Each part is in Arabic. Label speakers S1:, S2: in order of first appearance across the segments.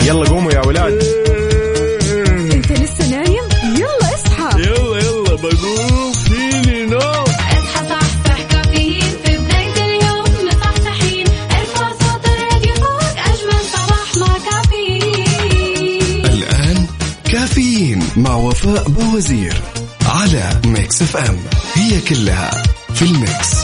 S1: يلا قوموا يا ولاد.
S2: انت لسه نايم؟ يلا اصحى.
S1: يلا بقوم فيني نوم.
S3: اصحى صحصح كافيين في بداية اليوم مصحصحين. ارفع صوت الراديو فوق أجمل صباح مع كافيين.
S4: الآن كافيين مع وفاء بوزير على ميكس اف ام. هي كلها في الميكس.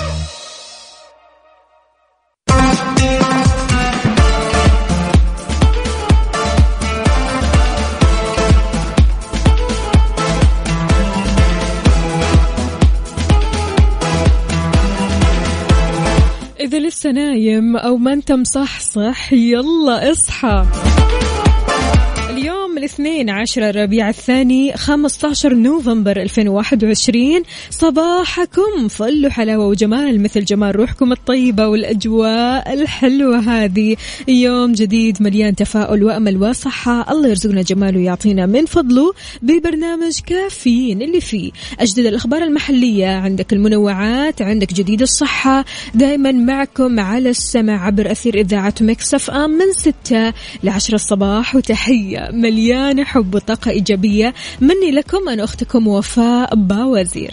S2: إذا لسه نايم أو ما أنت مصحصح يلا اصحى. اليوم الاثنين 10 ربيع الثاني 15 نوفمبر 2021. صباحكم فل وحلاوة وجمال مثل جمال روحكم الطيبة والأجواء الحلوة هذه. يوم جديد مليان تفاؤل وأمل وصحة. الله يرزقنا جماله ويعطينا من فضله ببرنامج كافيين اللي فيه أجدد الأخبار المحلية، عندك المنوعات، عندك جديد الصحة، دائما معكم على السمع عبر أثير إذاعة ميكس اف ام من 6 ل10 الصباح. وتحية مليانة حب وطاقة إيجابية مني لكم أنا أختكم وفاء باوزير.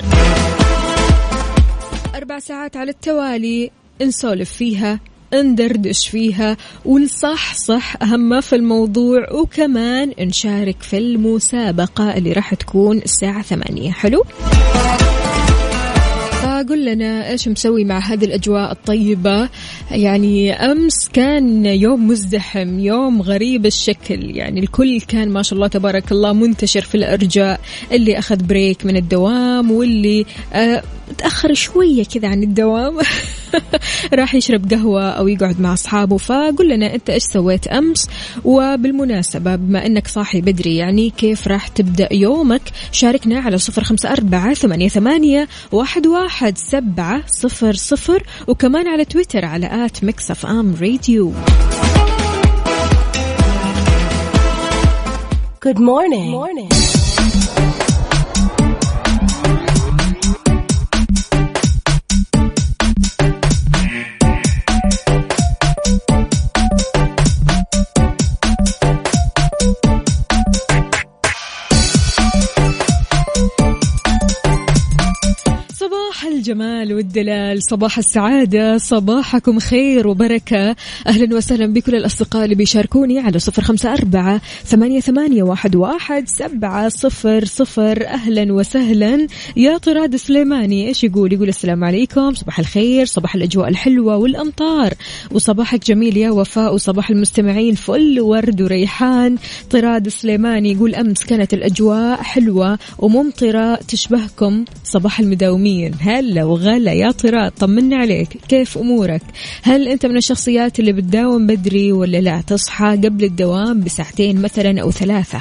S2: 4 ساعات على التوالي نسولف فيها، ندردش فيها، ونصحصح أهم ما في الموضوع، وكمان نشارك في المسابقة اللي راح تكون الساعة 8. حلو؟ فقل لنا إيش مسوي مع هذه الأجواء الطيبة. يعني أمس كان يوم مزدحم، يوم غريب الشكل، يعني الكل كان ما شاء الله تبارك الله منتشر في الأرجاء، اللي أخذ بريك من الدوام واللي تأخر شوية كذا عن الدوام راح يشرب قهوة أو يقعد مع أصحابه. فقل لنا أنت إيش سويت أمس، وبالمناسبة بما أنك صاحي بدري يعني كيف راح تبدأ يومك. شاركنا على 0548811700 وكمان على تويتر على @mixfamradio.
S5: Good morning.
S2: الجمال والدلال، صباح السعادة، صباحكم خير وبركة. أهلا وسهلا بكل الأصدقاء اللي بيشاركوني على 0548811700. أهلا وسهلا يا طراد سليماني. إيش يقول السلام عليكم، صباح الخير، صباح الأجواء الحلوة والأمطار، وصباحك جميل يا وفاء، وصباح المستمعين فل ورد وريحان. طراد سليماني يقول أمس كانت الأجواء حلوة وممطرة تشبهكم صباح المداومين. هلا وغلا يا طراد، طمنا عليك، كيف أمورك؟ هل أنت من الشخصيات اللي بتداوم بدري ولا لا، تصحى قبل الدوام بساعتين مثلا أو 3؟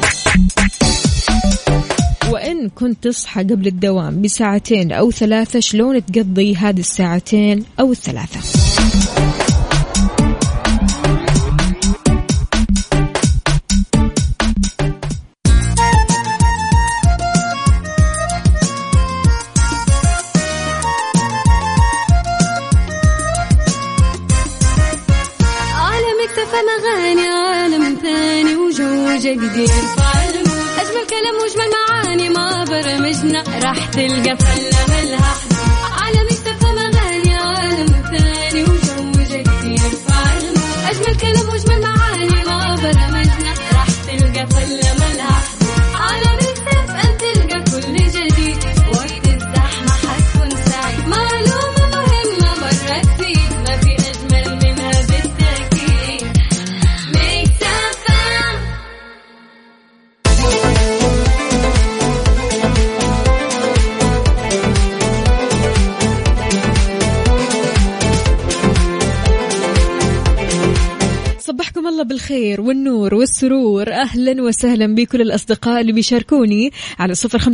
S2: وإن كنت تصحى قبل الدوام بساعتين أو 3 شلون تقضي هذه الساعتين أو 3؟
S3: جديد أجمل كلام وجمل معاني ما برمجنا راح تلقى فلة ملها على مكتفى مغاني عالم ثاني وجو جديد فعلم أجمل كلام وجمل معاني ما برمجنا راح تلقى فلة ملها على مكتف أن تلقى كل جديد. وقت الزحمة حتكون سعيد، معلومة مهمة مرة تفيد، ما في أجمل منها بالتأكيد.
S2: صبحكم الله بالخير والنور والسرور. أهلا وسهلا بكل الأصدقاء اللي بيشاركوني على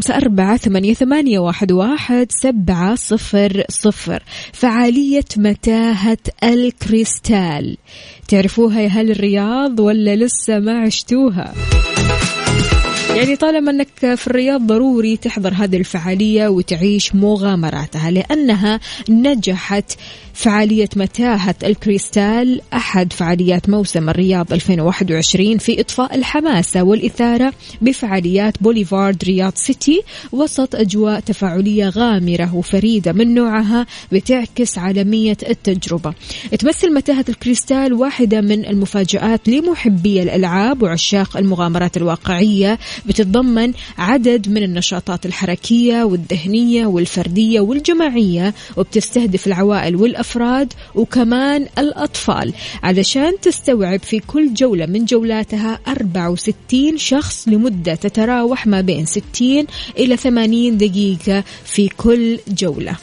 S2: 0548811700. فعالية متاهة الكريستال، تعرفوها يا أهل الرياض ولا لسه ما عشتوها؟ يعني طالما أنك في الرياض ضروري تحضر هذه الفعالية وتعيش مغامراتها، لأنها نجحت فعالية متاهة الكريستال أحد فعاليات موسم الرياض 2021 في إضفاء الحماسة والإثارة بفعاليات بوليفارد رياض سيتي وسط أجواء تفاعلية غامرة وفريدة من نوعها بتعكس عالمية التجربة. تمثل متاهة الكريستال واحدة من المفاجآت لمحبي الألعاب وعشاق المغامرات الواقعية، بتتضمن عدد من النشاطات الحركية والذهنية والفردية والجماعية، وبتستهدف العوائل والأفراد وكمان الأطفال، علشان تستوعب في كل جولة من جولاتها 64 شخص لمدة تتراوح ما بين 60 إلى 80 دقيقة في كل جولة.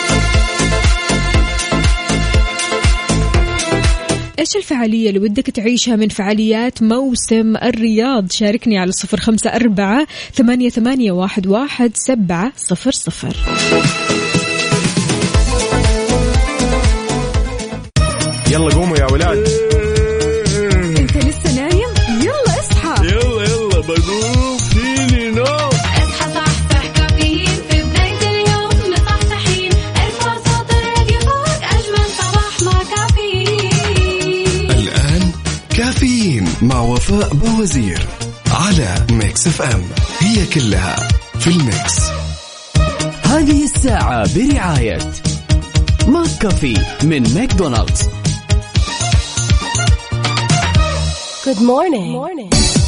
S2: إيش الفعالية اللي ودك تعيشها من فعاليات موسم الرياض؟ شاركني على 0548811700.
S1: يلا قوموا يا ولاد.
S2: انت لسه نايم؟ يلا اصحى.
S1: يلا بقوم فيني نوم.
S3: اصحى صحصح كافيين في بداية اليوم مصحصحين، ارفع صوت الراديو فوق أجمل صباح مع كافيين.
S4: الآن كافيين مع وفاء بوزير على ميكس اف ام، هي كلها في الميكس.
S5: هذه الساعة برعاية ماك كافي من ماكدونالدز.
S6: Good morning.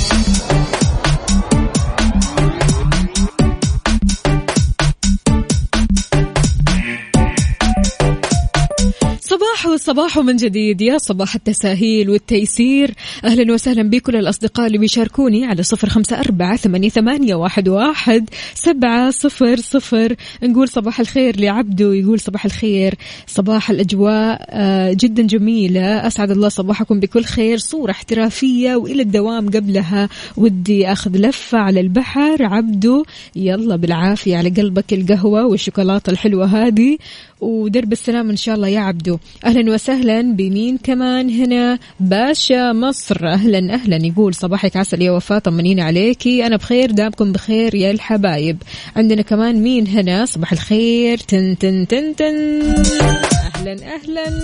S2: صباح من جديد، يا صباح التساهيل والتيسير. أهلا وسهلا بكل الأصدقاء اللي بيشاركوني على 0548811700. نقول صباح الخير لعبدو، يقول صباح الخير، صباح الأجواء جدا جميلة، أسعد الله صباحكم بكل خير، صورة احترافية وإلى الدوام قبلها ودي أخذ لفة على البحر. عبدو يلا بالعافية على قلبك القهوة والشوكولاتة الحلوة هذه ودرب السلام إن شاء الله يا عبدو. أهلا وسهلا بمين كمان هنا؟ باشا مصر، أهلا يقول صباحك عسل يا وفاء، طمنين عليكي، أنا بخير دامكم بخير يا الحبايب. عندنا كمان مين هنا؟ صباح الخير تن تن تن تن. أهلا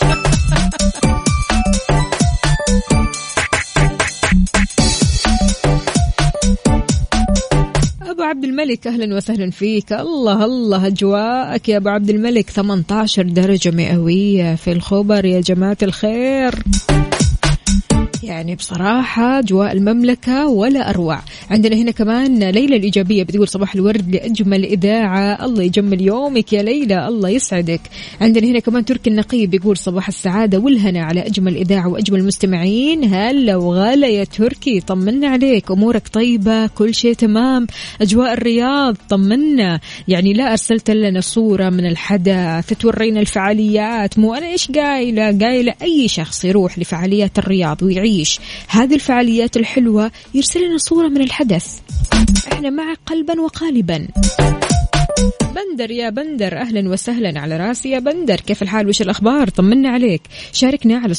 S2: أبو عبد الملك، أهلا وسهلا فيك. الله أجواءك يا أبو عبد الملك، 18 درجة مئوية في الخبر يا جماعة الخير. يعني بصراحة أجواء المملكة ولا أروع. عندنا هنا كمان ليلى الإيجابية بتقول صباح الورد لأجمل إذاعة، الله يجمل يومك يا ليلى، الله يسعدك. عندنا هنا كمان تركي النقيب يقول صباح السعادة والهنا على أجمل إذاعة وأجمل مستمعين. هلا وغلا يا تركي، طمنا عليك، أمورك طيبة، كل شيء تمام؟ أجواء الرياض طمنا، يعني لا أرسلت لنا صورة من الحدث تورينا الفعاليات، مو أنا إيش قايلة أي شخص يروح لفعاليات الرياض ويعيش هذه الفعاليات الحلوة يرسل لنا صورة من الحدث، احنا مع قلبا وقالبا. بندر يا بندر، أهلا وسهلا على راسي يا بندر، كيف الحال وش الأخبار؟ طمنا عليك. شاركنا على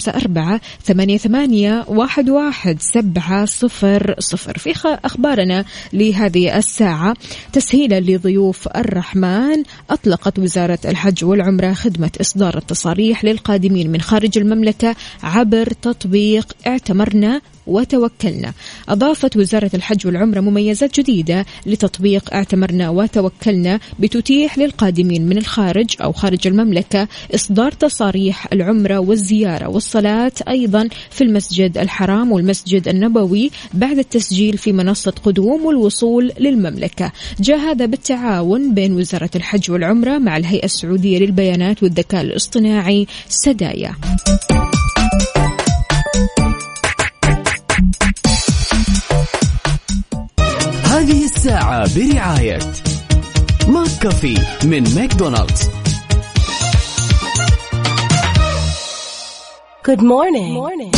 S2: 0548811700. في أخبارنا لهذه الساعة: تسهيلا لضيوف الرحمن، أطلقت وزارة الحج والعمرة خدمة إصدار التصاريح للقادمين من خارج المملكة عبر تطبيق اعتمرنا وتوكلنا. أضافت وزارة الحج والعمرة مميزات جديدة لتطبيق اعتمرنا وتوكلنا بتتيح للقادمين من الخارج أو خارج المملكة إصدار تصاريح العمرة والزيارة والصلاة أيضا في المسجد الحرام والمسجد النبوي بعد التسجيل في منصة قدوم والوصول للمملكة. جاء هذا بالتعاون بين وزارة الحج والعمرة مع الهيئة السعودية للبيانات والذكاء الاصطناعي سدايا.
S5: هذه الساعة برعاية ماك كافي من ماكدونالدز.
S6: Good morning.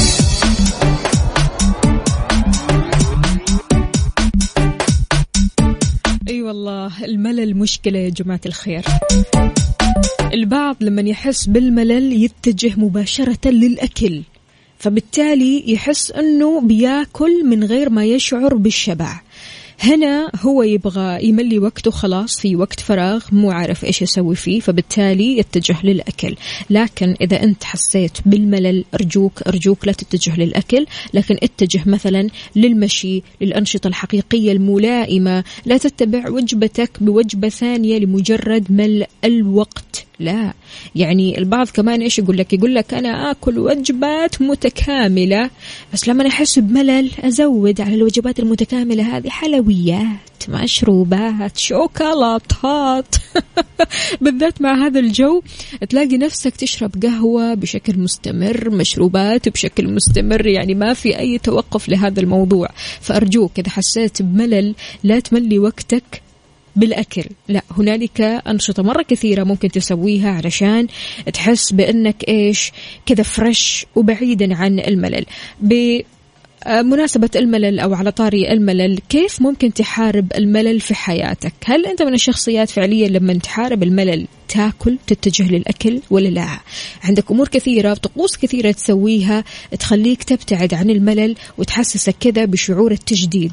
S2: أي والله الملل مشكلة يا جماعة الخير. البعض لما يحس بالملل يتجه مباشرة للأكل، فبالتالي يحس أنه بياكل من غير ما يشعر بالشبع. هنا هو يبغى يملي وقته، خلاص في وقت فراغ مو عارف إيش يسوي فيه، فبالتالي يتجه للأكل. لكن إذا أنت حسيت بالملل أرجوك لا تتجه للأكل، لكن اتجه مثلا للمشي، للأنشطة الحقيقية الملائمة. لا تتبع وجبتك بوجبة ثانية لمجرد ملء الوقت، لا. يعني البعض كمان إيش يقول لك أنا آكل وجبات متكاملة، بس لما أحس بملل أزود على الوجبات المتكاملة هذه حلويات، مشروبات، شوكولاتات. بالذات مع هذا الجو تلاقي نفسك تشرب قهوة بشكل مستمر، مشروبات بشكل مستمر، يعني ما في أي توقف لهذا الموضوع. فأرجوك إذا حسيت بملل لا تملي وقتك بالأكل، لا، هنالك أنشطة مرة كثيرة ممكن تسويها علشان تحس بأنك إيش كذا فريش وبعيدا عن الملل. بمناسبة الملل أو على طاري الملل، كيف ممكن تحارب الملل في حياتك؟ هل أنت من الشخصيات فعليا لما تحارب الملل تاكل، تتجه للأكل، ولا لا؟ عندك أمور كثيرة، طقوس كثيرة تسويها تخليك تبتعد عن الملل وتحسسك كذا بشعور التجديد.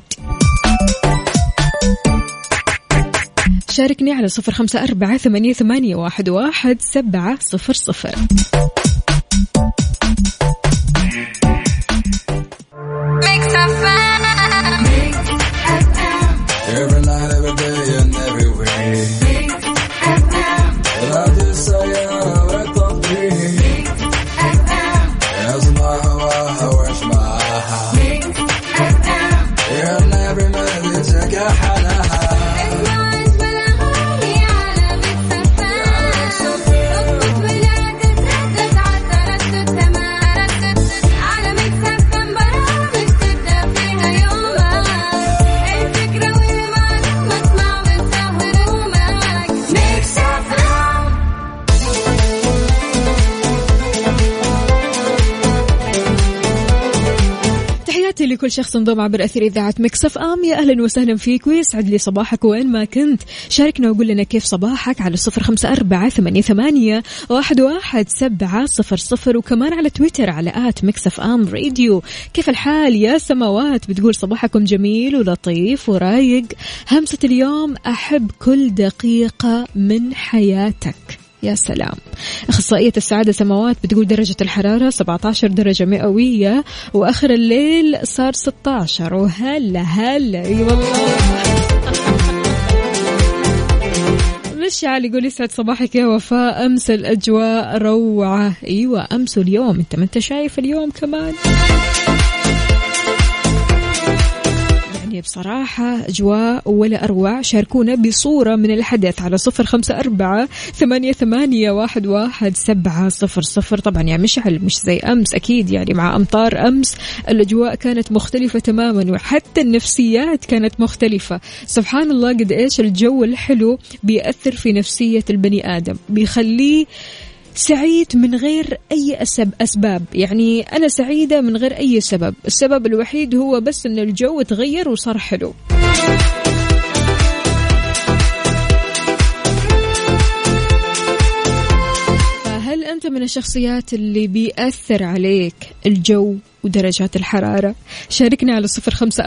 S2: شاركني على 0548811700. لكل شخص انضم عبر أثير إذاعة ميكس اف ام، يا أهلا وسهلا فيك ويسعد لي صباحك وين ما كنت. شاركنا وقول لنا كيف صباحك على 0548811700 وكمان على تويتر على ميكس اف ام راديو. كيف الحال يا سماوات؟ بتقول صباحكم جميل ولطيف ورايق. همسة اليوم: أحب كل دقيقة من حياتك. يا سلام. أخصائية السعادة سماوات بتقول درجة الحرارة 17 درجة مئوية وآخر الليل صار 16. وهلا اي والله. مشعل يقول يسعد صباحك يا وفاء، أمس الأجواء روعة. أيوة أمس اليوم، أنت ما أنت شايف اليوم كمان. بصراحة أجواء ولا أروع. شاركونا بصورة من الحدث على 0548811700. طبعا يا مشعل مش زي أمس أكيد، يعني مع أمطار أمس الأجواء كانت مختلفة تماما وحتى النفسيات كانت مختلفة. سبحان الله قد إيش الجو الحلو بيأثر في نفسية البني آدم، بيخليه سعيد من غير أي أسباب. يعني أنا سعيدة من غير أي سبب، السبب الوحيد هو بس أن الجو تغير وصار حلو. فهل أنت من الشخصيات اللي بيأثر عليك الجو ودرجات الحرارة؟ شاركنا على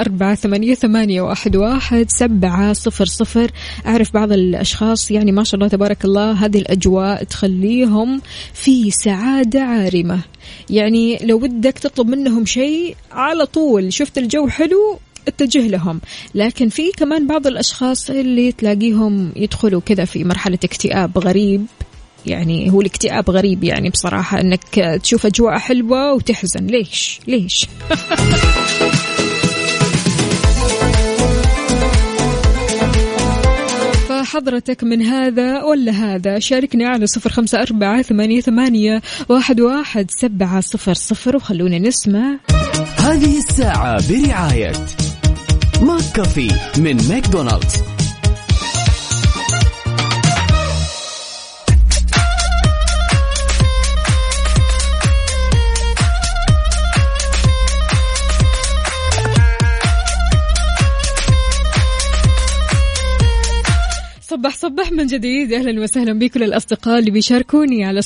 S2: 0548811700. أعرف بعض الأشخاص يعني ما شاء الله تبارك الله هذه الأجواء تخليهم في سعادة عارمة، يعني لو بدك تطلب منهم شيء على طول شفت الجو حلو اتجه لهم. لكن في كمان بعض الأشخاص اللي تلاقيهم يدخلوا كذا في مرحلة اكتئاب غريب. يعني هو الاكتئاب غريب يعني بصراحة، أنك تشوف أجواء حلوة وتحزن. ليش؟ فحضرتك من هذا ولا هذا؟ شاركني على 0548811700 وخلونا نسمع.
S5: هذه الساعة برعاية ماك كافي من ماكدونالدز.
S2: صبح من جديد. أهلا وسهلا بكل الأصدقاء اللي بيشاركوني على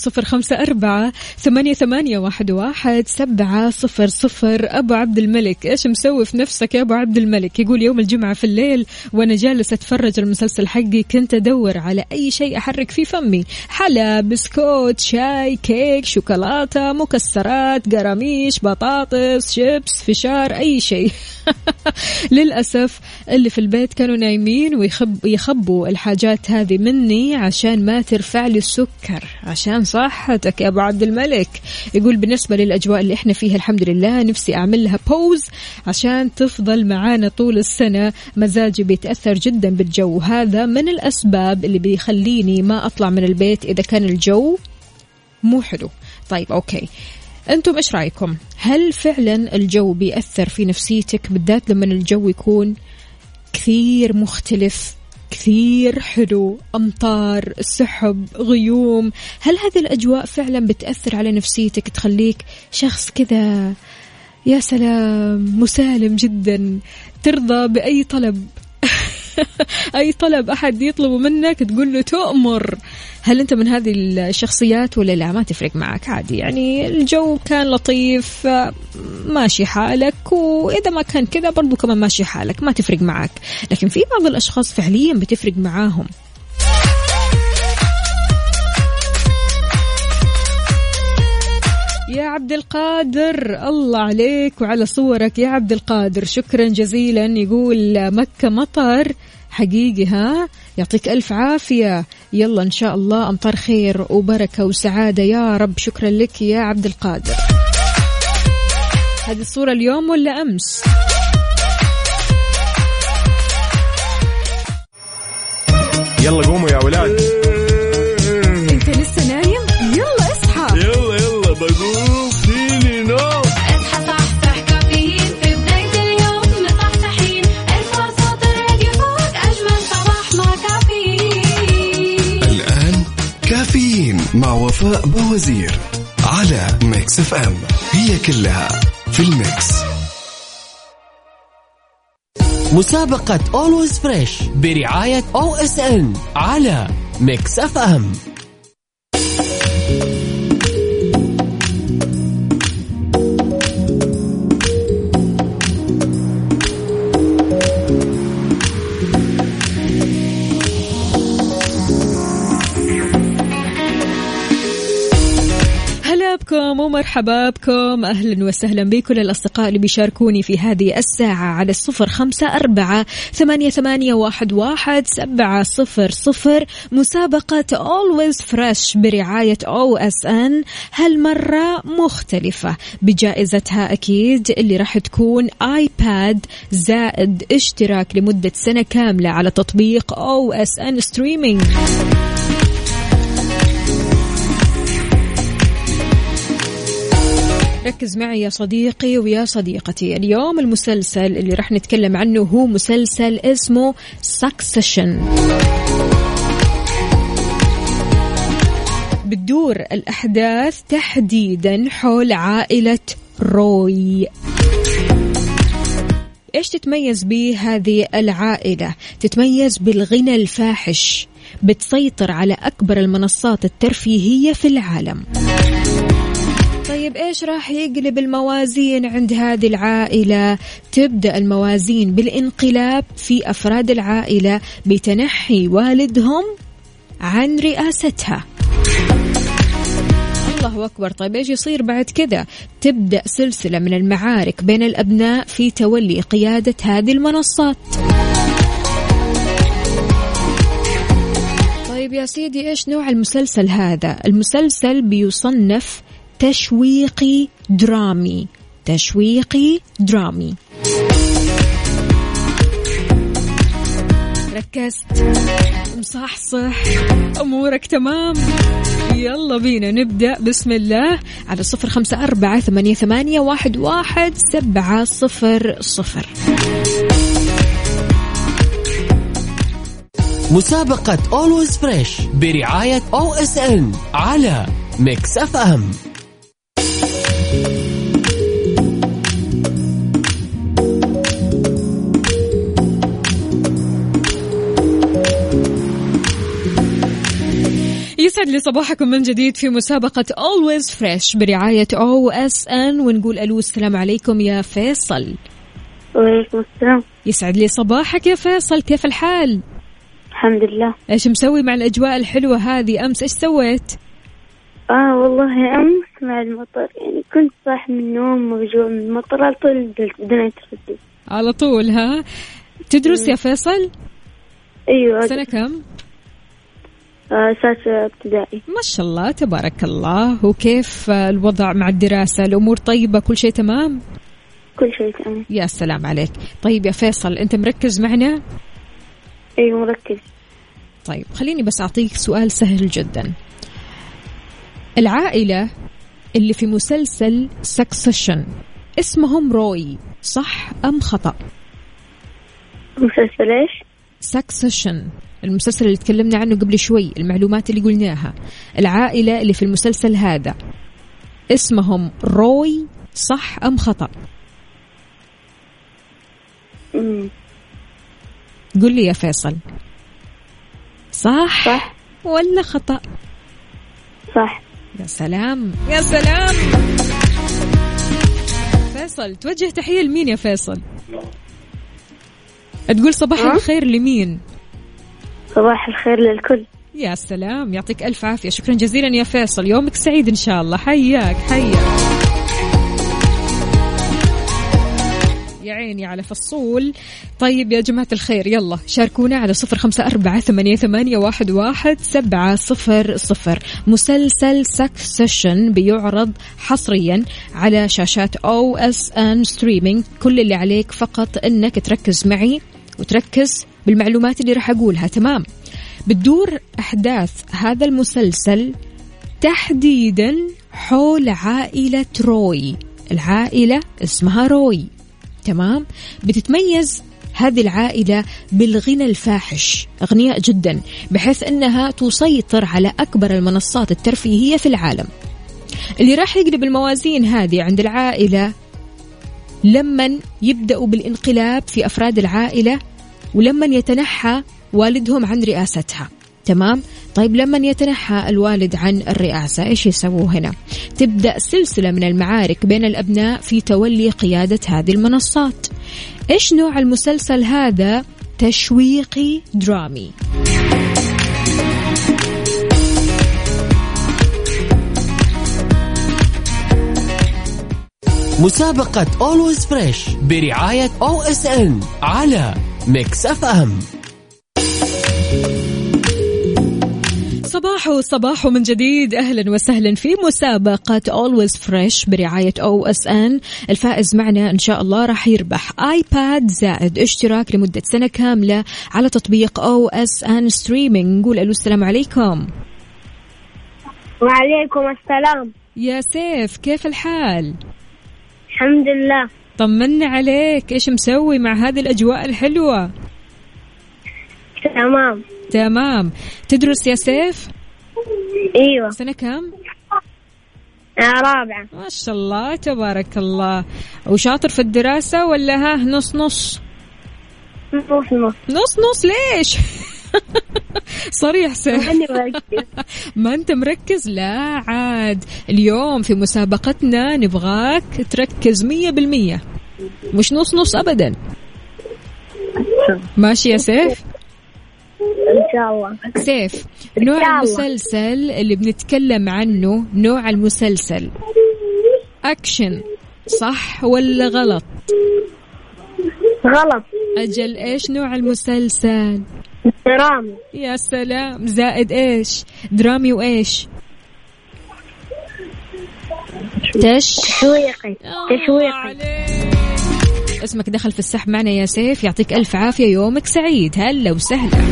S2: 0548811700. أبو عبد الملك، إيش مسوي في نفسك يا أبو عبد الملك؟ يقول يوم الجمعة في الليل وأنا جالس أتفرج المسلسل حقي كنت أدور على أي شيء أحرك فيه فمي، حلا، بسكوت، شاي، كيك، شوكولاتة، مكسرات، قراميش، بطاطس، شيبس، فشار، أي شيء. للأسف اللي في البيت كانوا نايمين ويخبوا الحاجات هذه مني عشان ما ترفع لي السكر، عشان صحتك يا أبو عبد الملك. يقول بالنسبة للأجواء اللي احنا فيها الحمد لله نفسي أعمل لها بوز عشان تفضل معانا طول السنة. مزاجي بيتأثر جدا بالجو، هذا من الأسباب اللي بيخليني ما أطلع من البيت إذا كان الجو مو حلو. طيب أوكي، أنتم إيش رأيكم؟ هل فعلا الجو بيأثر في نفسيتك، بالذات لما الجو يكون كثير مختلف، كثير حلو، أمطار، سحب، غيوم؟ هل هذه الأجواء فعلا بتأثر على نفسيتك، تخليك شخص كذا يا سلام مسالم جدا، ترضى بأي طلب أي طلب أحد يطلبه منك تقول له تؤمر؟ هل أنت من هذه الشخصيات ولا لا؟ ما تفرق معك عادي، يعني الجو كان لطيف ماشي حالك، وإذا ما كان كذا برضو كمان ماشي حالك، ما تفرق معك. لكن في بعض الأشخاص فعليا بتفرق معاهم. يا عبد القادر، الله عليك وعلى صورك يا عبد القادر، شكرا جزيلا. يقول مكة مطر حقيقي، ها؟ يعطيك ألف عافية. يلا إن شاء الله أمطار خير وبركة وسعادة يا رب. شكرا لك يا عبد القادر. هذه الصورة اليوم ولا أمس؟
S1: يلا قوموا يا ولاد.
S2: أنت لسه نايم؟ يلا اصحى.
S1: يلا بقوم فيني نوم.
S3: اصحى صحصح كافيين في بداية اليوم مصحصحين، ارفع صوت الراديو فوق أجمل صباح مع كافيين.
S4: الآن كافيين مع وفاء بوزير على ميكس اف ام، هي كلها في الميكس.
S5: مسابقة Always Fresh برعاية OSN على ميكس اف ام.
S2: بكم ومرحبا بكم، أهلا وسهلا بكل الأصدقاء اللي بيشاركوني في هذه الساعة على 0548811700. مسابقة Always Fresh برعاية OSN هالمرة مختلفة، بجائزتها أكيد اللي راح تكون آيباد زائد اشتراك لمدة سنة كاملة على تطبيق OSN Streaming. ركز معي يا صديقي ويا صديقتي. اليوم المسلسل اللي رح نتكلم عنه هو مسلسل اسمه Succession. بتدور الأحداث تحديدا حول عائلة روي. إيش تتميز به هذه العائلة؟ تتميز بالغنى الفاحش، بتسيطر على أكبر المنصات الترفيهية في العالم. طيب إيش راح يقلب الموازين عند هذه العائلة؟ تبدأ الموازين بالانقلاب في أفراد العائلة بتنحي والدهم عن رئاستها. الله أكبر. طيب إيش يصير بعد كذا؟ تبدأ سلسلة من المعارك بين الأبناء في تولي قيادة هذه المنصات. طيب يا سيدي إيش نوع المسلسل هذا؟ المسلسل بيصنف تشويقي درامي. تشويقي درامي. ركزت؟ مصحصح؟ أمورك تمام؟ يلا بينا نبدأ. بسم الله على 0548811700.
S5: مسابقة Always Fresh برعاية OSN على ميكس اف ام.
S2: يسعد لي صباحكم من جديد في مسابقة Always Fresh برعاية OSN، ونقول ألو السلام عليكم يا فيصل.
S7: وعليكم السلام.
S2: يسعد لي صباحك يا فيصل، كيف الحال؟
S7: الحمد لله.
S2: إيش مسوي مع الأجواء الحلوة هذه؟ أمس إيش سويت؟
S7: والله أمس مع المطر، يعني كنت صاح من النوم وبجوع من المطر على طول بدون أي تردد.
S2: على طول ها؟ تدرس يا فيصل؟
S7: أيوة.
S2: سنة كم؟
S7: سادسة ابتدائي.
S2: ما شاء الله تبارك الله. وكيف الوضع مع الدراسة؟ الأمور طيبة؟ كل شيء تمام؟
S7: كل شيء تمام.
S2: يا سلام عليك. طيب يا فيصل أنت مركز معنا؟
S7: أيوة مركز.
S2: طيب خليني بس أعطيك سؤال سهل جدا. العائلة اللي في مسلسل سكسيشن اسمهم روي، صح أم خطأ؟
S7: مسلسل إيش؟
S2: سكسيشن، المسلسل اللي تكلمنا عنه قبل شوي، المعلومات اللي قلناها. العائلة اللي في المسلسل هذا اسمهم روي، صح أم خطأ؟ قل لي يا فيصل، صح ولا خطأ؟
S7: صح.
S2: يا سلام يا سلام. فيصل توجه تحية لمين يا فيصل؟ تقول صباح الخير لمين؟
S7: صباح الخير للكل.
S2: يا سلام، يعطيك ألف عافية. شكرا جزيلا يا فيصل، يومك سعيد إن شاء الله. حياك يا عيني على فصول. طيب يا جماعة الخير يلا شاركونا على 0548811700. مسلسل سكسيشن بيعرض حصريا على شاشات OSN ستريمينج. كل اللي عليك فقط انك تركز معي وتركز بالمعلومات اللي راح أقولها، تمام؟ بتدور أحداث هذا المسلسل تحديدا حول عائلة روي. العائلة اسمها روي، تمام؟ بتتميز هذه العائلة بالغنى الفاحش، أغنياء جدا، بحيث أنها تسيطر على أكبر المنصات الترفيهية في العالم. اللي راح يقلب الموازين هذه عند العائلة لمن يبدأوا بالانقلاب في أفراد العائلة، ولمن يتنحى والدهم عن رئاستها، تمام؟ طيب لمن يتنحى الوالد عن الرئاسة إيش يسووا هنا؟ تبدأ سلسلة من المعارك بين الأبناء في تولي قيادة هذه المنصات. إيش نوع المسلسل هذا؟ تشويقي درامي.
S5: مسابقة Always Fresh برعاية OSN على ميكس FM.
S2: صباح من جديد، أهلا وسهلا في مسابقة Always Fresh برعاية OSN. الفائز معنا إن شاء الله راح يربح آيباد زائد اشتراك لمدة سنة كاملة على تطبيق OSN ستريمينج. نقول ألو السلام عليكم.
S7: وعليكم السلام.
S2: يا سيف كيف الحال؟
S7: الحمد لله.
S2: طمنا عليك، إيش مسوي مع هذه الأجواء الحلوة؟ تمام. تدرس يا سيف؟
S7: ايوه.
S2: سنة كم؟
S7: رابعة.
S2: ما شاء الله تبارك الله. وشاطر في الدراسة ولا ها نص؟
S7: نص.
S2: ليش؟ صريح سيف. ما أنت مركز؟ لا عاد، اليوم في مسابقتنا نبغاك تركز 100%، مش نص أبدا. ماشي يا سيف؟
S7: إن شاء الله.
S2: سيف، نوع المسلسل اللي بنتكلم عنه، نوع المسلسل أكشن، صح ولا غلط؟
S7: غلط.
S2: أجل، إيش نوع المسلسل؟
S7: درامي.
S2: يا سلام، زائد إيش؟ درامي وإيش؟
S7: تشويقي.
S2: اسمك دخل في السحب معنا يا سيف، يعطيك ألف عافية، يومك سعيد. هلا وسهلا.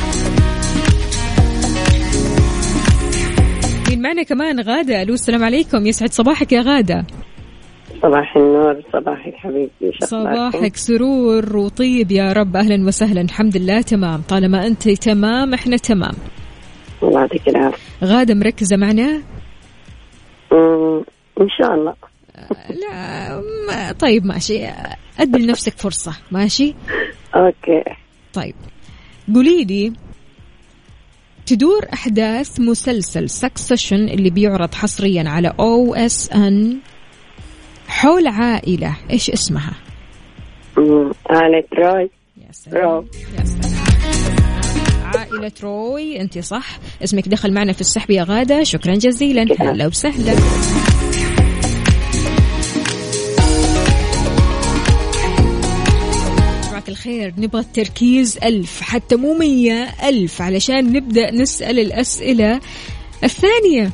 S2: مين معنا كمان؟ غادة. ألو السلام عليكم، يسعد صباحك يا غادة.
S8: صباح النور. صباحك حبيبتي.
S2: صباحك سرور وطيب يا رب. أهلا وسهلا. الحمد لله تمام، طالما أنت تمام إحنا تمام.
S8: الله يعطيك العافية.
S2: غادة مركزة معنا؟
S8: إن شاء الله.
S2: لا طيب ماشي، أدي لنفسك فرصة. ماشي
S8: أوكي.
S2: طيب قولي لي، تدور أحداث مسلسل سكسيشن اللي بيعرض حصريا على OSN حول عائلة، إيش اسمها؟
S8: عائلة روي.
S2: يا سلام. عائلة روي، أنت صح، اسمك دخل معنا في السحب يا غادة، شكرا جزيلا. هلا وسهلا. الخير نبغى التركيز 1000 حتى مو 100,000 علشان نبدأ نسأل الأسئلة الثانية.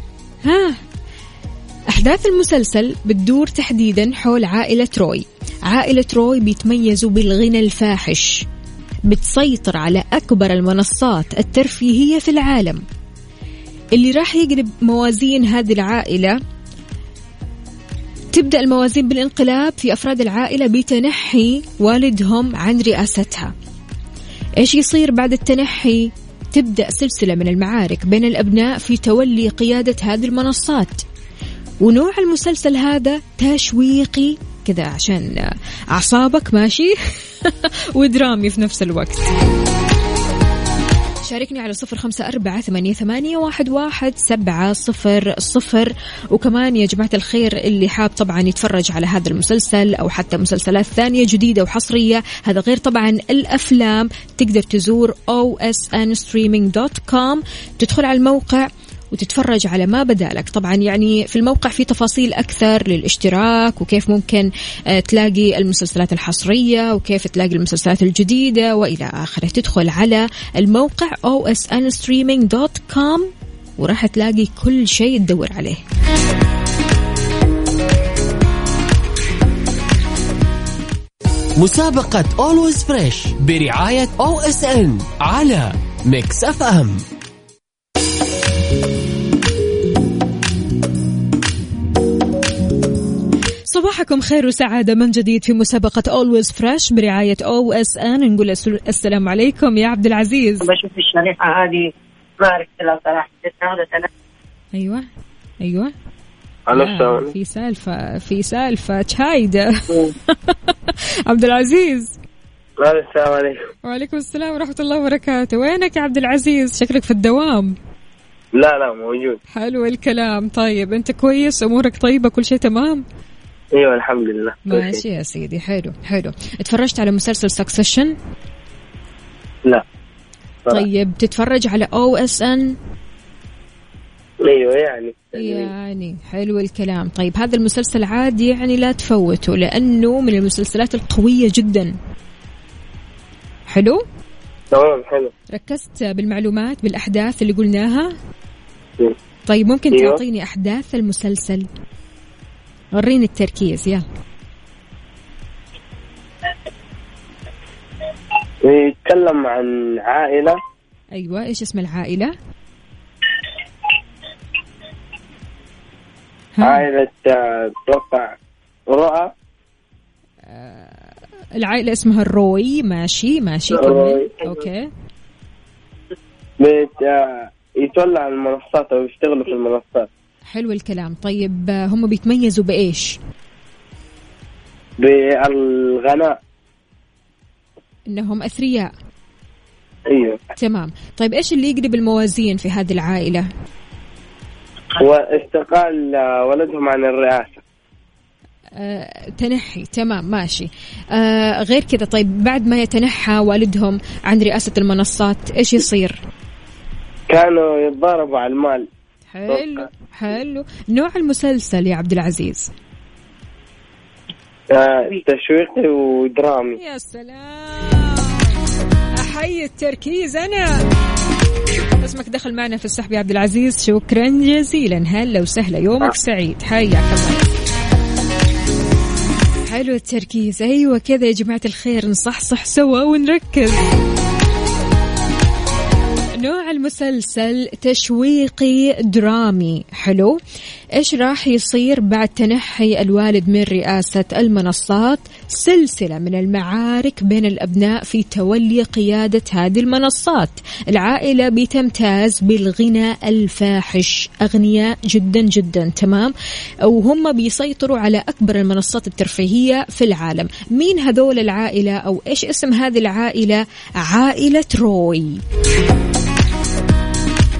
S2: أحداث المسلسل بتدور تحديدا حول عائلة روي. عائلة روي بيتميزوا بالغنى الفاحش، بتسيطر على أكبر المنصات الترفيهية في العالم. اللي راح يقلب موازين هذه العائلة، تبدأ الموازين بالانقلاب في أفراد العائلة بتنحي والدهم عن رئاستها. إيش يصير بعد التنحي؟ تبدأ سلسلة من المعارك بين الأبناء في تولي قيادة هذه المنصات. ونوع المسلسل هذا تشويقي كذا عشان أعصابك ماشي ودرامي في نفس الوقت. شاركني على 0548811700. وكمان يا جماعة الخير اللي حاب طبعا يتفرج على هذا المسلسل أو حتى مسلسلات ثانية جديدة وحصرية، هذا غير طبعا الأفلام، تقدر تزور osnstreaming.com، تدخل على الموقع وتتفرج على ما بدالك. طبعا يعني في الموقع في تفاصيل أكثر للاشتراك، وكيف ممكن تلاقي المسلسلات الحصرية، وكيف تلاقي المسلسلات الجديدة وإلى آخره. تدخل على الموقع osnstreaming.com وراح تلاقي كل شيء تدور عليه.
S5: مسابقة Always Fresh برعاية OSN على ميكس اف ام.
S2: صباحكم خير وسعادة من جديد في مسابقة Always Fresh برعاية OSN. نقول السلام عليكم يا عبد العزيز.
S8: بشوف الشريحة هذه ما عرفت لها صراحة.
S2: أيوة في سالفة شايدة. عبد العزيز.
S8: السلام عليكم.
S2: وعليكم السلام ورحمة الله وبركاته. وينك يا عبد العزيز؟ شكلك في الدوام.
S8: لا موجود.
S2: حلو الكلام. طيب أنت كويس؟ أمورك طيبة؟ كل شيء تمام؟
S8: ايوه الحمد لله.
S2: ماشي يا سيدي. حلو. اتفرجت على مسلسل سكسيشن؟
S8: لا.
S2: طيب تتفرج على OSN؟
S8: ايوه يعني
S2: حلو الكلام. طيب هذا المسلسل عادي يعني لا تفوته، لأنه من المسلسلات القوية جدا. حلو. ركزت بالمعلومات بالأحداث اللي قلناها؟ طيب ممكن تعطيني أحداث المسلسل؟ وريني التركيز يلا.
S8: يتكلم عن عائلة.
S2: أيوة، إيش اسم العائلة؟
S8: عائلة توقع رؤى.
S2: العائلة اسمها الروي. ماشي كمل. أوكي.
S8: يتولى المنصات أو يشتغلوا في المنصات.
S2: حلو الكلام. طيب هم بيتميزوا بإيش؟
S8: بالغناء،
S2: إنهم أثرياء.
S8: أيوة
S2: تمام. طيب إيش اللي يقلب الموازين في هذه العائلة؟
S8: واستقال ولدهم عن الرئاسة.
S2: تنحي. تمام ماشي. غير كذا، طيب بعد ما يتنحى والدهم عن رئاسة المنصات إيش يصير؟
S8: كانوا يتضاربوا على المال.
S2: حلو. نوع المسلسل يا عبد العزيز؟
S8: تشويقي ودرامي.
S2: يا سلام، أحيي التركيز. أنا اسمك دخل معنا في السحب يا عبد العزيز، شكرا جزيلا. هلا وسهلا، يومك سعيد. حياك الله. حلو التركيز. أيوة كذا يا جماعة الخير، نصحصح سوا ونركز. نوع المسلسل تشويقي درامي. حلو. إيش راح يصير بعد تنحي الوالد من رئاسة المنصات؟ سلسلة من المعارك بين الأبناء في تولي قيادة هذه المنصات. العائلة بتمتاز بالغنى الفاحش، أغنياء جدا جدا. تمام. وهم بيسيطروا على أكبر المنصات الترفيهية في العالم. مين هذول العائلة أو إيش اسم هذه العائلة؟ عائلة روي.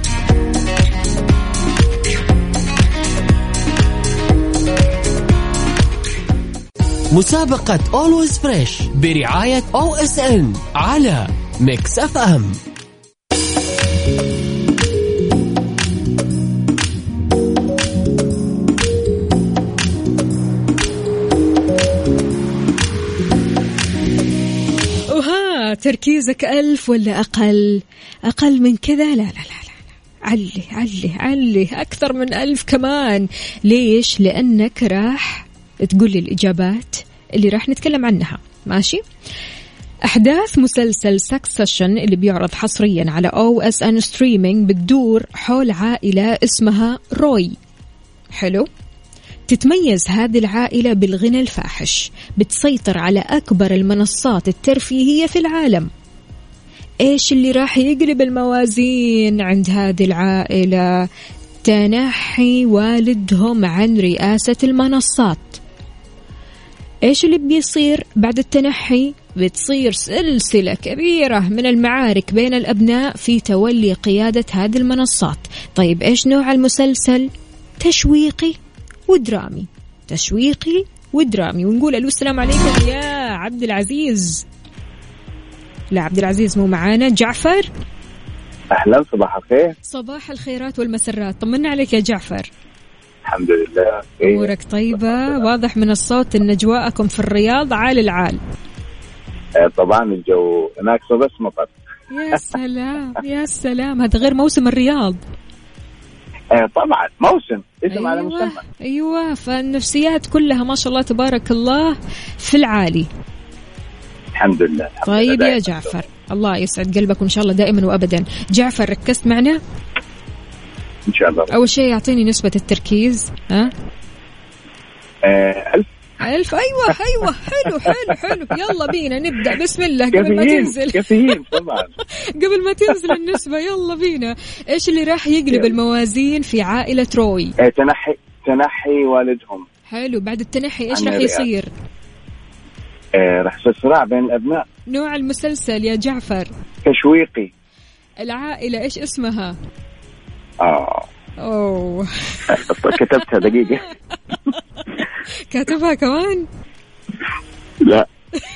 S5: مسابقة Always Fresh برعاية OSN على ميكس اف ام.
S2: وها تركيزك 1000 ولا أقل من كذا؟ لا علي أكثر من 1000 كمان. ليش؟ لأنك راح تقول لي الإجابات اللي راح نتكلم عنها. ماشي؟ أحداث مسلسل سكسيشن اللي بيعرض حصريا على OSN ستريمينج بتدور حول عائلة اسمها روي. حلو؟ تتميز هذه العائلة بالغنى الفاحش، بتسيطر على أكبر المنصات الترفيهية في العالم. إيش اللي راح يقلب الموازين عند هذه العائلة؟ تنحي والدهم عن رئاسة المنصات. إيش اللي بيصير بعد التنحي؟ بتصير سلسلة كبيرة من المعارك بين الأبناء في تولي قيادة هذه المنصات. طيب إيش نوع المسلسل؟ تشويقي ودرامي. تشويقي ودرامي. ونقول ألو السلام عليكم يا عبد العزيز. لا عبد العزيز مو معانا. جعفر
S9: أهلا، صباح الخير.
S2: صباح الخيرات والمسرات. طمنا عليك يا جعفر.
S9: الحمد لله.
S2: أمورك طيبة؟ واضح من الصوت إن أجواءكم في الرياض عال العال.
S9: طبعا الجو هناك بس مطر.
S2: يا سلام يا سلام، هذا غير موسم الرياض.
S9: طبعا موسم اسم على مسمى.
S2: أيوة، فالنفسيات كلها ما شاء الله تبارك الله في العالي.
S9: الحمد لله.
S2: طيب يا جعفر، الله يسعد قلبك وإن شاء الله دائما وأبدا. جعفر ركزت معنا؟
S9: إن شاء الله.
S2: أول شيء يعطيني نسبة التركيز. 1000. أيوة حلو. يلا بينا نبدأ. بسم الله. قبل ما تنزل
S9: كافيين طبعا.
S2: قبل ما تنزل النسبة يلا بينا. إيش اللي راح يقلب الموازين في عائلة روي؟
S9: تنحي والدهم.
S2: حلو. بعد التنحي إيش راح يصير؟
S9: راح يصير صراع بين الأبناء.
S2: نوع المسلسل يا جعفر؟
S9: تشويقي.
S2: العائلة إيش اسمها؟
S9: أوه كتبتها دقيقة.
S2: كاتبها كمان؟
S9: لا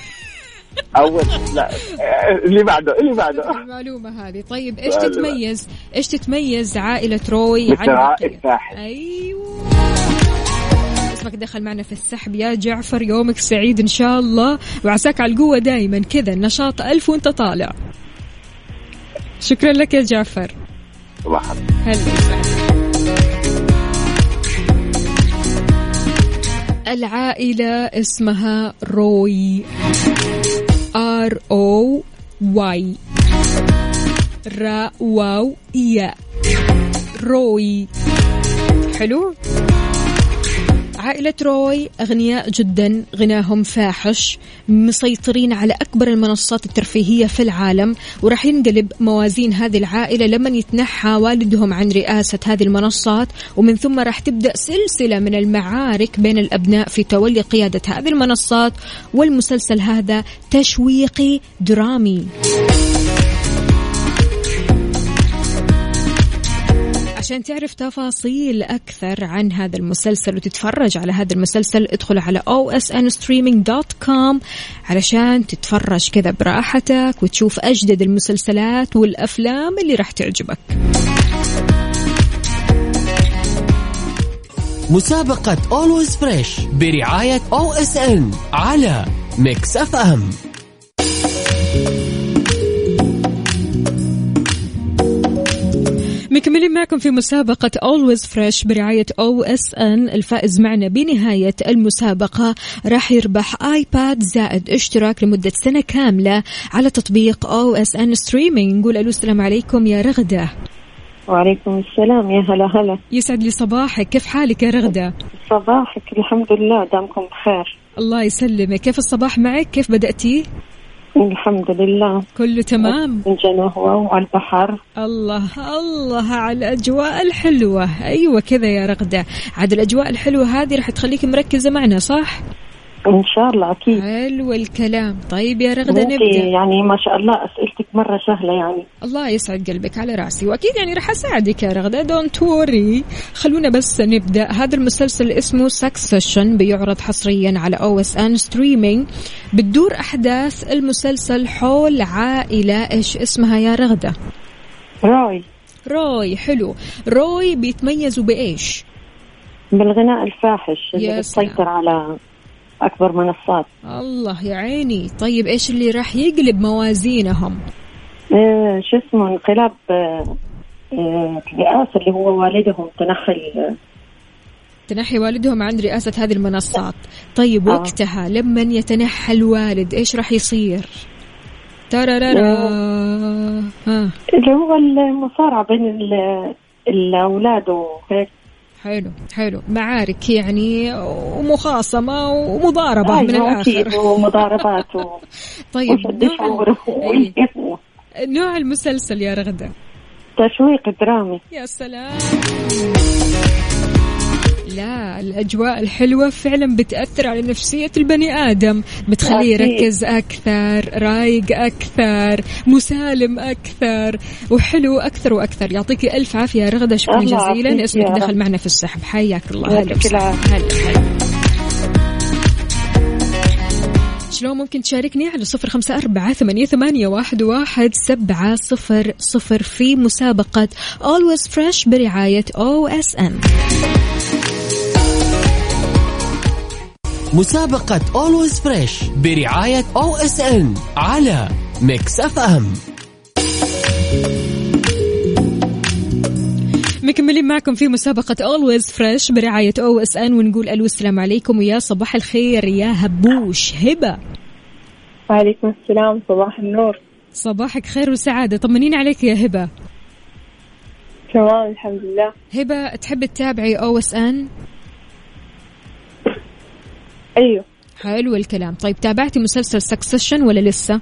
S9: لا اللي بعده
S2: المعلومة هذه. طيب إيش تتميز عائلة روي عن
S9: الساحل؟
S2: أيوة، اسمك دخل معنا في السحب يا جعفر. يومك سعيد إن شاء الله، وعساك على القوة دايما كذا، النشاط 1000 وانت طالع. شكرا لك يا جعفر.
S9: صباح
S2: العائلة اسمها روي. ROY. را واو يا. روي. حلو. عائلة روي أغنياء جدا، غناهم فاحش، مسيطرين على أكبر المنصات الترفيهية في العالم. وراح ينقلب موازين هذه العائلة لمن يتنحى والدهم عن رئاسة هذه المنصات، ومن ثم راح تبدأ سلسلة من المعارك بين الأبناء في تولي قيادة هذه المنصات. والمسلسل هذا تشويقي درامي. عشان تعرف تفاصيل أكثر عن هذا المسلسل وتتفرج على هذا المسلسل ادخل على osnstreaming.com علشان تتفرج كذا براحتك وتشوف أجدد المسلسلات والأفلام اللي راح تعجبك.
S5: مسابقة Always Fresh برعاية OSN على ميكس اف ام.
S2: مكملين معكم في مسابقة Always Fresh برعاية OSN. الفائز معنا بنهاية المسابقة راح يربح آيباد زائد اشتراك لمدة سنة كاملة على تطبيق OSN Streaming. نقول ألو السلام عليكم يا رغدة.
S10: وعليكم السلام. يا هلا.
S2: يسعد لي صباحك. كيف حالك يا رغدة؟
S10: صباحك الحمد لله، دامكم بخير.
S2: الله يسلمك. كيف الصباح معك؟ كيف بدأتي؟
S10: الحمد لله
S2: كله تمام.
S10: الجنوة وعلى البحر.
S2: الله على الأجواء الحلوة. أيوة كذا يا رغدة، عاد الأجواء الحلوة هذه رح تخليك مركزة معنا صح؟
S10: إن شاء الله أكيد.
S2: حلو الكلام. طيب يا رغدة
S10: نبدأ. يعني ما شاء الله أسئلتك مرة سهلة يعني.
S2: الله يسعد قلبك على رأسي، وأكيد يعني رح أساعدك يا رغدة، دونت وري. خلونا بس نبدأ. هذا المسلسل اسمه سكسيشن، بيعرض حصريا على OSN ستريمينج. بتدور أحداث المسلسل حول عائلة، إيش اسمها يا رغدة؟ روي. حلو. روي بيتميزوا بإيش؟
S10: بالغناء الفاحش اللي بتسيطر على أكبر منصات.
S2: الله يا عيني. طيب إيش اللي راح يقلب موازينهم؟
S10: شو اسمه انقلاب رئاسة، اللي هو والدهم
S2: تنحي والدهم عن رئاسة هذه المنصات. طيب وقتها لما يتنحى الوالد إيش راح يصير؟
S10: اللي هو المصارعة بين الأولاد وهيك.
S2: حلو. معارك يعني ومخاصمة ومضاربة من الآخر.
S10: ومضاربات
S2: طيب نوع المسلسل يا رغدة؟
S10: تشويق درامي.
S2: يا سلام. لا، الأجواء الحلوة فعلا بتأثر على نفسية البني آدم، بتخليه يركز أكثر، رايق أكثر، مسالم أكثر، وحلو أكثر وأكثر. يعطيك ألف عافية يا رغدة، شكرا جزيلا. اسمك دخل معنا في السحب، حياك الله. هلا. شلون ممكن تشاركني على 0548811700 في مسابقة Always Fresh برعاية OSN.
S5: مسابقة Always Fresh برعاية OSN على ميكس FM.
S2: مكملين معكم في مسابقة Always Fresh برعاية OSN، ونقول ألو السلام عليكم ويا صباح الخير يا هبوش. هبة.
S11: وعليكم السلام، صباح النور.
S2: صباحك خير وسعادة، طمنين عليك يا هبة.
S11: تمام الحمد لله.
S2: هبة، تحب تتابعي OSN؟
S11: أيوه.
S2: حلو الكلام. طيب تابعتي مسلسل سكسيشن ولا لسه؟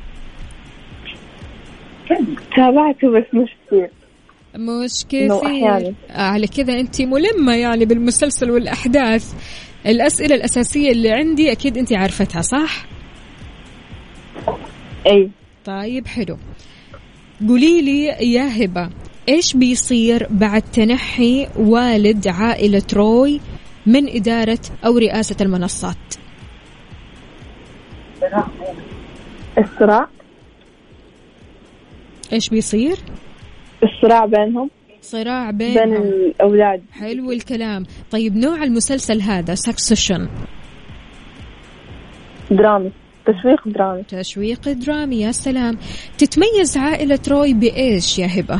S11: تابعته بس مش كثير.
S2: مش كثير. على كذا أنت ملمة يعني بالمسلسل والأحداث. الأسئلة الأساسية اللي عندي أكيد أنت عارفتها صح؟
S11: أي.
S2: طيب حلو. قولي لي يا هبة، إيش بيصير بعد تنحي والد عائلة روي من إدارة أو رئاسة المنصات؟
S11: الصراع.
S2: إيش بيصير؟
S11: الصراع بينهم.
S2: صراع
S11: بين الأولاد.
S2: حلو الكلام. طيب نوع المسلسل هذا سكسيشن؟
S11: درامي. تشويق
S2: درامي. يا سلام. تتميز عائلة روي بإيش يا هبة؟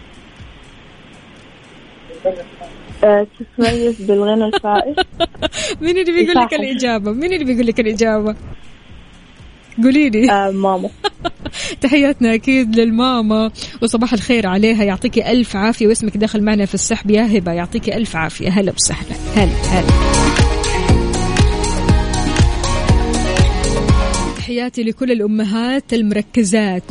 S11: تتميز بالغنى الفائش.
S2: مين اللي بيقول لك الإجابة؟ قولي لي.
S11: ماما.
S2: تحياتنا أكيد للماما وصباح الخير عليها، يعطيكي ألف عافية، واسمك دخل معنا في السحب يا هبة، يعطيكي ألف عافية. هلا بسهلا. هلا. تحياتي لكل الأمهات المركزات،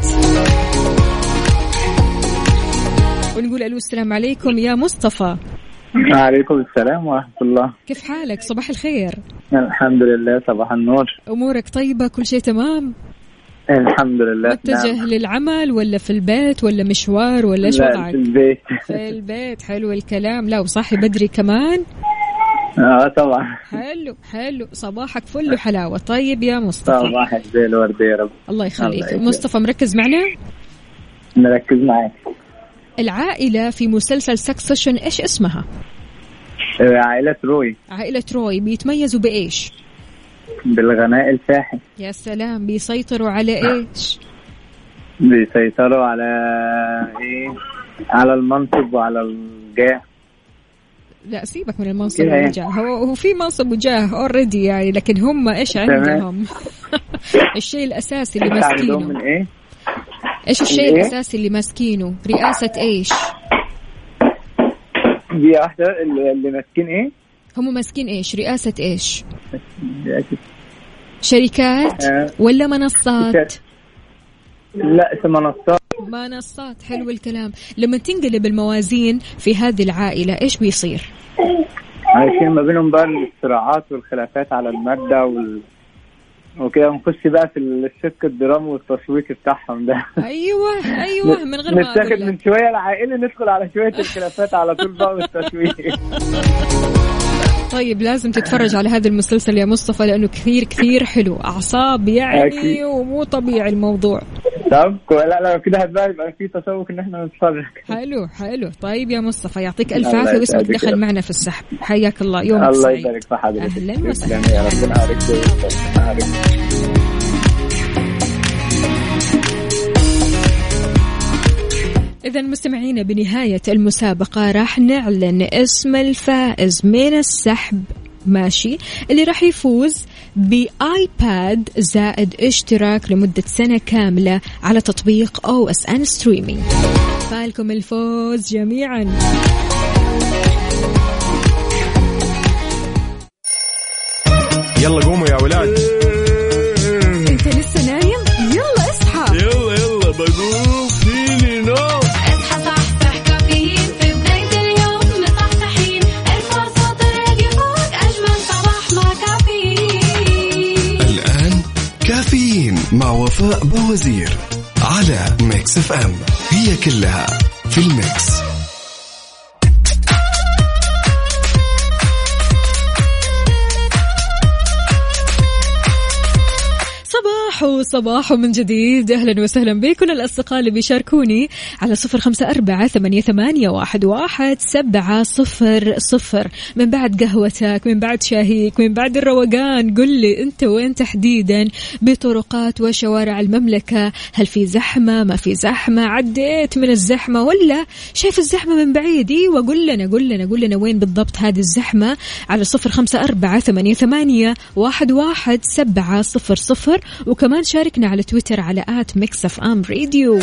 S2: ونقول ألو السلام عليكم يا مصطفى.
S9: وعليكم السلام ورحمة الله.
S2: كيف حالك؟ صباح الخير.
S9: الحمد لله، صباح النور.
S2: أمورك طيبة؟ كل شيء تمام؟
S9: الحمد لله.
S2: متجه للعمل ولا في البيت ولا مشوار ولا ايش وضعك؟ في البيت. حلو الكلام. لا وصاحي بدري كمان؟
S9: طبعا.
S2: حلو. صباحك فل وحلاوة. طيب يا مصطفى.
S9: صباحك زي الورد يا رب.
S2: الله يخليك. مصطفى مركز معنا؟
S9: مركز معك.
S2: العائلة في مسلسل سكسيشن ايش اسمها؟
S9: عائلة روي.
S2: بيتميزوا بإيش؟
S9: بالغناء الفاحش.
S2: يا سلام. بيسيطروا على إيش؟
S9: بيسيطروا على إيه؟ على المنصب وعلى الجاه.
S2: لا سيبك من المنصب والجاه، هو في منصب وجاه already يعني، لكن هم إيش عندهم؟ الشيء الأساسي اللي ماسكينه
S9: من إيه؟
S2: إيش الشيء الأساسي اللي ماسكينه؟ رئاسة إيش؟
S9: دي واحدة اللي ماسكين إيه؟
S2: هم ماسكين إيش؟ رئاسة إيش؟ شركات ولا منصات؟
S9: لا
S2: منصات. حلو الكلام. لما تنقلب الموازين في هذه العائلة إيش بيصير؟
S9: عايشين ما بينهم بقى الصراعات والخلافات على المادة وكده. نخش بقى في السك الدرامي والتشويق بتاعهم ده.
S2: ايوه من غير ما
S9: نتاخد من شويه العائله ندخل على شويه الخلافات على طول بقى والتشويق.
S2: طيب لازم تتفرج على هذا المسلسل يا مصطفى لانه كثير كثير حلو، اعصاب يعني أكيد. ومو طبيعي الموضوع.
S9: طب لا كده يبقى في تشوق ان احنا نتفرج.
S2: حلو. طيب يا مصطفى يعطيك الف عافيه واسمك دخل معنا في السحب. حياك الله، يومك سعيد.
S9: الله يبارك في حضرتك.
S2: اهلا وسهلا
S9: يا رب نهارك.
S2: إذا مستمعينا بنهاية المسابقة راح نعلن اسم الفائز من السحب، ماشي، اللي راح يفوز بآيباد زائد اشتراك لمدة سنة كاملة على تطبيق OSN ستريمينج. فالكم الفوز جميعا.
S1: يلا قوموا يا ولاد.
S2: انت لسه نايم؟ يلا اصحى.
S1: يلا بقوم فيني نوم.
S3: اصحى صحصح كافيين في بداية اليوم مصحصحين. ارفع صوت الراديو فوق أجمل صباح مع كافيين.
S4: الآن كافيين مع وفاء بوزير على ميكس اف ام، هي كلها في الميكس.
S2: صباح من جديد. أهلا وسهلا بكم الأصدقاء اللي بيشاركوني على 0548811700 من بعد قهوتك، من بعد شاهيك، من بعد الروقان. قل لي أنت وين تحديدا بطرقات وشوارع المملكة؟ هل في زحمة؟ ما في زحمة؟ عديت من الزحمة ولا شايف الزحمة من بعيد؟ وقل لنا وين بالضبط هذه الزحمة على 0548811700. وكمان شاركنا على تويتر على @mixfmradio.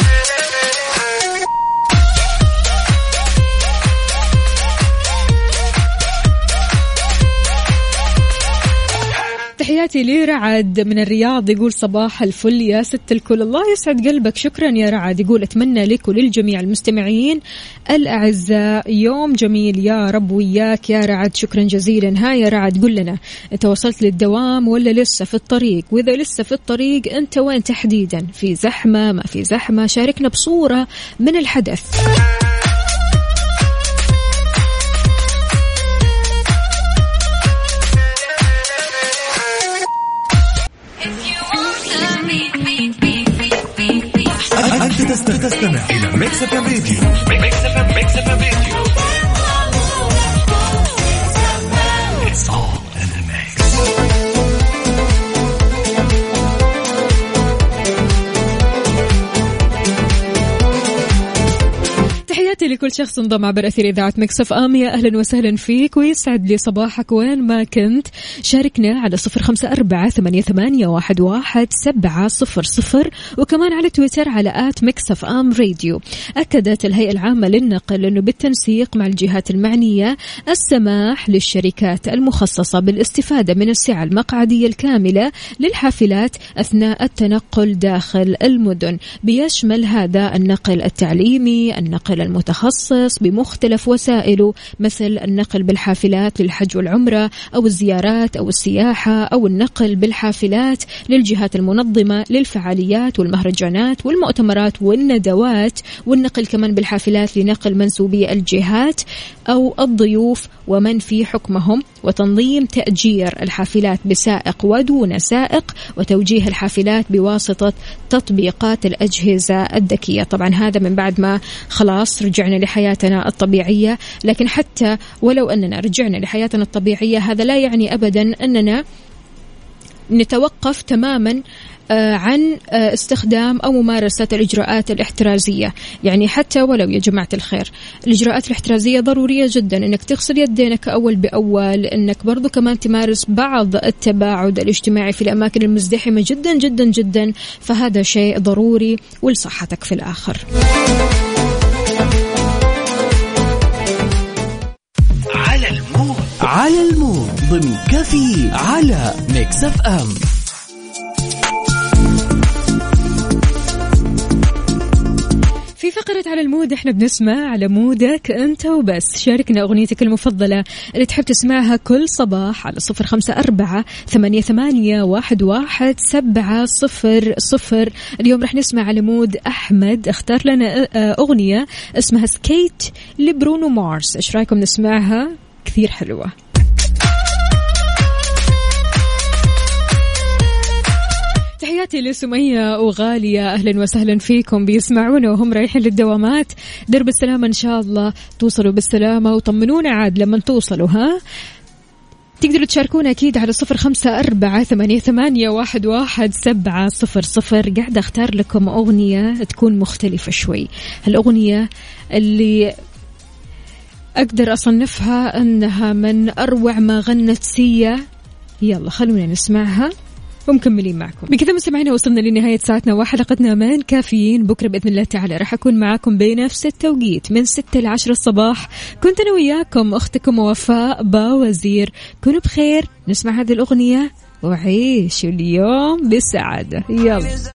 S2: تحياتي لرعد من الرياض، يقول صباح الفل يا ست الكل. الله يسعد قلبك، شكرا يا رعد. يقول أتمنى لك وللجميع المستمعين الأعزاء يوم جميل يا رب وياك يا رعد. شكرا جزيلا. ها يا رعد قل لنا، أنت وصلت للدوام ولا لسه في الطريق؟ وإذا لسه في الطريق أنت وين تحديدا؟ في زحمة؟ ما في زحمة؟ شاركنا بصورة من الحدث.
S4: أنت تستمع إلى ميكس اف ام راديو. ميكس اف ام راديو. It's all in the mix.
S2: تحياتي لكل شخص انضم عبر أثير إذاعة ميكس اف ام. يا أهلا وسهلا فيك ويسعد لي صباحك وين ما كنت. شاركنا على 0548811700 وكمان على تويتر على @mixfmradio. أكدت الهيئة العامة للنقل أنه بالتنسيق مع الجهات المعنية السماح للشركات المخصصة بالاستفادة من السعة المقعدية الكاملة للحافلات أثناء التنقل داخل المدن. بيشمل هذا النقل التعليمي، النقل المتخصص بمختلف وسائله، مثل النقل بالحافلات للحج والعمرة أو الزيارات أو السياحة، أو النقل بالحافلات للجهات المنظمة للفعاليات والمهرجانات والمؤتمرات والندوات، والنقل كمان بالحافلات لنقل منسوبي الجهات أو الضيوف ومن في حكمهم، وتنظيم تأجير الحافلات بسائق ودون سائق، وتوجيه الحافلات بواسطة تطبيقات الأجهزة الذكية. طبعا هذا من بعد ما خلاص رجعنا لحياتنا الطبيعية، لكن حتى ولو أننا رجعنا لحياتنا الطبيعية هذا لا يعني أبدا أننا نتوقف تماما عن استخدام أو ممارسة الإجراءات الاحترازية. يعني حتى ولو يا جماعة الخير الإجراءات الاحترازية ضرورية جدا، إنك تغسل يدينك أول بأول، إنك برضو كمان تمارس بعض التباعد الاجتماعي في الأماكن المزدحمة جدا جدا جدا، فهذا شيء ضروري ولصحتك في الآخر.
S5: على المود ضمن كافي على ميكس اف ام.
S2: في فقرة على المود، احنا بنسمع على مودك انت وبس. شاركنا اغنيتك المفضلة اللي تحب تسمعها كل صباح على 0548811700. اليوم رح نسمع على مود أحمد، اختار لنا أغنية اسمها سكيت لبرونو مارس. ايش رايكم نسمعها؟ كثير حلوة. تحياتي لسمية وغالية، أهلا وسهلا فيكم، بيسمعونا وهم رايحين للدوامات. درب السلامة إن شاء الله توصلوا بالسلامة، وطمنونا عاد لما توصلوا. ها تقدروا تشاركونا أكيد على 0548811700. قاعدة أختار لكم أغنية تكون مختلفة شوي. هالأغنية اللي أقدر أصنفها أنها من أروع ما غنت سيا. يلا خلونا نسمعها ومكملين معكم. بكذا مستمعينا وصلنا لنهاية ساعتنا وحلقتنا من كافيين. بكرة بإذن الله تعالى راح أكون معاكم بنفس التوقيت من 6 ل 10 الصباح. كنت أنا وياكم أختكم وفاء باوزير. كونوا بخير، نسمع هذه الأغنية وعيشوا اليوم بالسعادة. يلا.